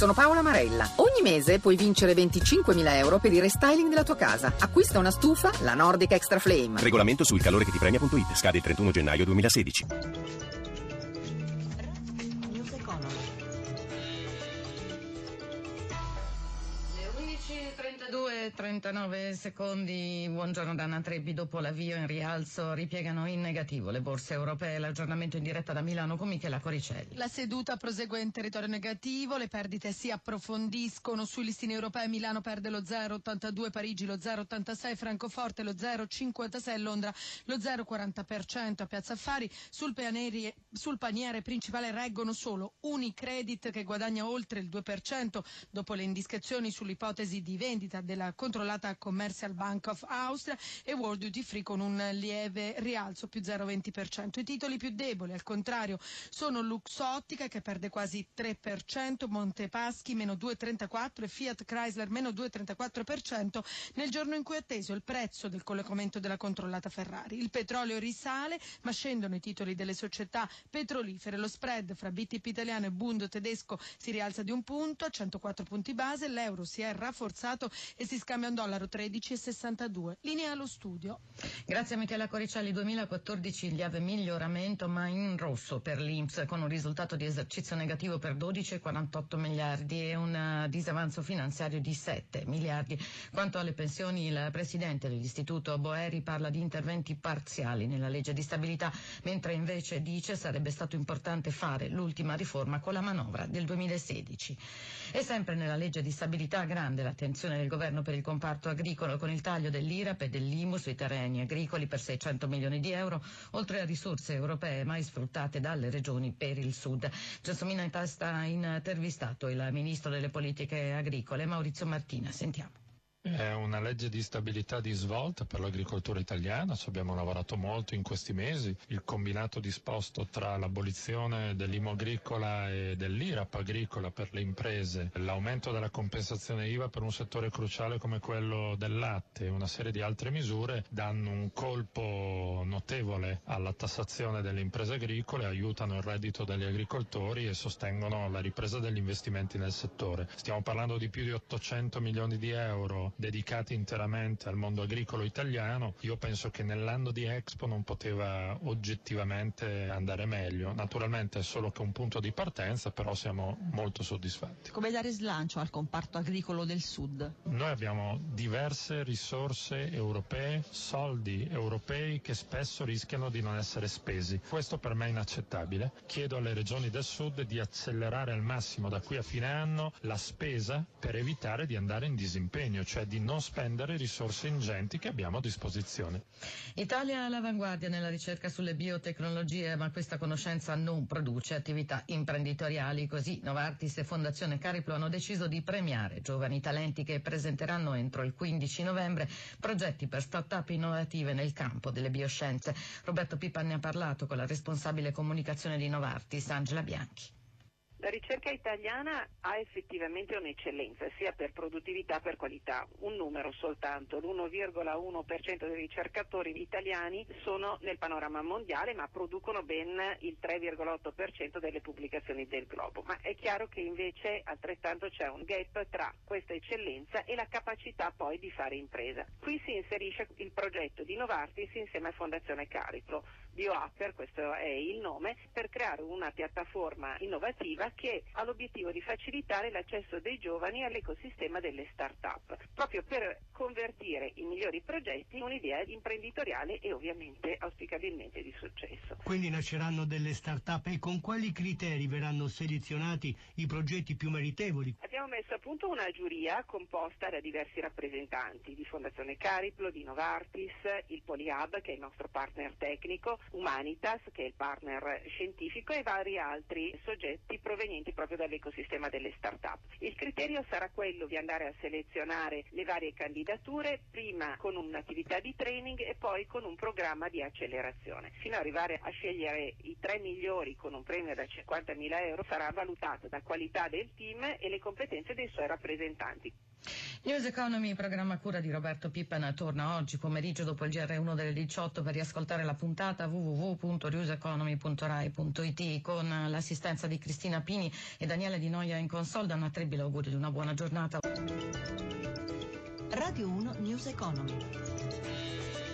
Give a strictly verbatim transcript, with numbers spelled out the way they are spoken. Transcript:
Sono Paola Marella. Ogni mese puoi vincere venticinquemila euro per il restyling della tua casa. Acquista una stufa, la Nordic Extra Flame. Regolamento sul calore che ti premia punto it. Scade il trentuno gennaio duemilasedici. trentadue trentanove secondi. Buongiorno da Anna Trebbi. Dopo l'avvio in rialzo ripiegano in negativo le borse europee. L'aggiornamento in diretta da Milano con Michela Coricelli. La seduta prosegue in territorio negativo, le perdite si approfondiscono sui listini europei. Milano perde lo zero virgola ottantadue, Parigi lo zero virgola ottantasei, Francoforte lo zero virgola cinquantasei, Londra lo zero virgola quaranta per cento. A Piazza Affari sul, pianeri, sul paniere principale reggono solo Unicredit che guadagna oltre il due per cento dopo le indiscrezioni sull'ipotesi di vendita della controllata Commercial Bank of Austria, e World Duty Free con un lieve rialzo più zero virgola venti per cento. I titoli più deboli al contrario sono Luxottica che perde quasi tre per cento, Montepaschi meno due virgola trentaquattro e Fiat Chrysler meno due virgola trentaquattro per cento nel giorno in cui è atteso il prezzo del collocamento della controllata Ferrari. Il petrolio risale ma scendono i titoli delle società petrolifere. Lo spread fra B T P italiano e Bund tedesco si rialza di un punto a centoquattro punti base, l'euro si è rafforzato e si scambia un dollaro tredici virgola sessantadue. Linea allo studio. Grazie a Michela Coricelli. duemilaquattordici lieve miglioramento ma in rosso per l'I N P S con un risultato di esercizio negativo per dodici virgola quarantotto miliardi e un disavanzo finanziario di sette miliardi. Quanto alle pensioni, il presidente dell'istituto Boeri parla di interventi parziali nella legge di stabilità, mentre invece dice sarebbe stato importante fare l'ultima riforma con la manovra del duemilasedici. E sempre nella legge di stabilità grande l'attenzione del governo per il comparto agricolo con il taglio dell'I R A P e dell'I M U sui terreni agricoli per seicento milioni di euro, oltre a risorse europee mai sfruttate dalle regioni per il sud. Gelsomina Tasta ha intervistato il ministro delle politiche agricole Maurizio Martina. Sentiamo. È una legge di stabilità di svolta per l'agricoltura italiana, ci abbiamo lavorato molto in questi mesi, il combinato disposto tra l'abolizione dell'I M U agricola e dell'I R A P agricola per le imprese, l'aumento della compensazione I V A per un settore cruciale come quello del latte e una serie di altre misure danno un colpo notevole alla tassazione delle imprese agricole, aiutano il reddito degli agricoltori e sostengono la ripresa degli investimenti nel settore. Stiamo parlando di più di ottocento milioni di euro dedicati interamente al mondo agricolo italiano. Io penso che nell'anno di Expo non poteva oggettivamente andare meglio. Naturalmente è solo che un punto di partenza, però siamo molto soddisfatti. Come dare slancio al comparto agricolo del Sud? Noi abbiamo diverse risorse europee, soldi europei che spesso rischiano di non essere spesi. Questo per me è inaccettabile. Chiedo alle regioni del Sud di accelerare al massimo da qui a fine anno la spesa per evitare di andare in disimpegno, cioè di non spendere risorse ingenti che abbiamo a disposizione. Italia all'avanguardia nella ricerca sulle biotecnologie, ma questa conoscenza non produce attività imprenditoriali. Così Novartis e Fondazione Cariplo hanno deciso di premiare giovani talenti che presenteranno entro il quindici novembre progetti per start-up innovative nel campo delle bioscienze. Roberto Pippa ne ha parlato con la responsabile comunicazione di Novartis, Angela Bianchi. La ricerca italiana ha effettivamente un'eccellenza, sia per produttività che per qualità. Un numero soltanto, l'uno virgola uno per cento dei ricercatori italiani sono nel panorama mondiale, ma producono ben il tre virgola otto per cento delle pubblicazioni del globo. Ma è chiaro che invece altrettanto c'è un gap tra questa eccellenza e la capacità poi di fare impresa. Qui si inserisce il progetto di Novartis insieme a Fondazione Cariplo. BioHacker, questo è il nome, per creare una piattaforma innovativa che ha l'obiettivo di facilitare l'accesso dei giovani all'ecosistema delle start-up, proprio per convertire i migliori progetti in un'idea imprenditoriale e ovviamente auspicabilmente di successo. Quindi nasceranno delle start-up e con quali criteri verranno selezionati i progetti più meritevoli? Abbiamo messo a punto una giuria composta da diversi rappresentanti di Fondazione Cariplo, di Novartis, il Polyhub che è il nostro partner tecnico, Humanitas che è il partner scientifico e vari altri soggetti provenienti proprio dall'ecosistema delle start-up. Il criterio sarà quello di andare a selezionare le varie candidature, prima con un'attività di training e poi con un programma di accelerazione. Fino ad arrivare a scegliere i tre migliori con un premio da cinquantamila euro sarà valutato da qualità del team e le competenze dei suoi rappresentanti. News Economy, programma a cura di Roberto Pippan, torna oggi pomeriggio dopo il G R uno delle diciotto per riascoltare la puntata w w w punto news economy punto rai punto i t con l'assistenza di Cristina Pini e Daniele Di Noia in console. Da Anna Trebbi l'augurio di una buona giornata. Radio uno News Economy.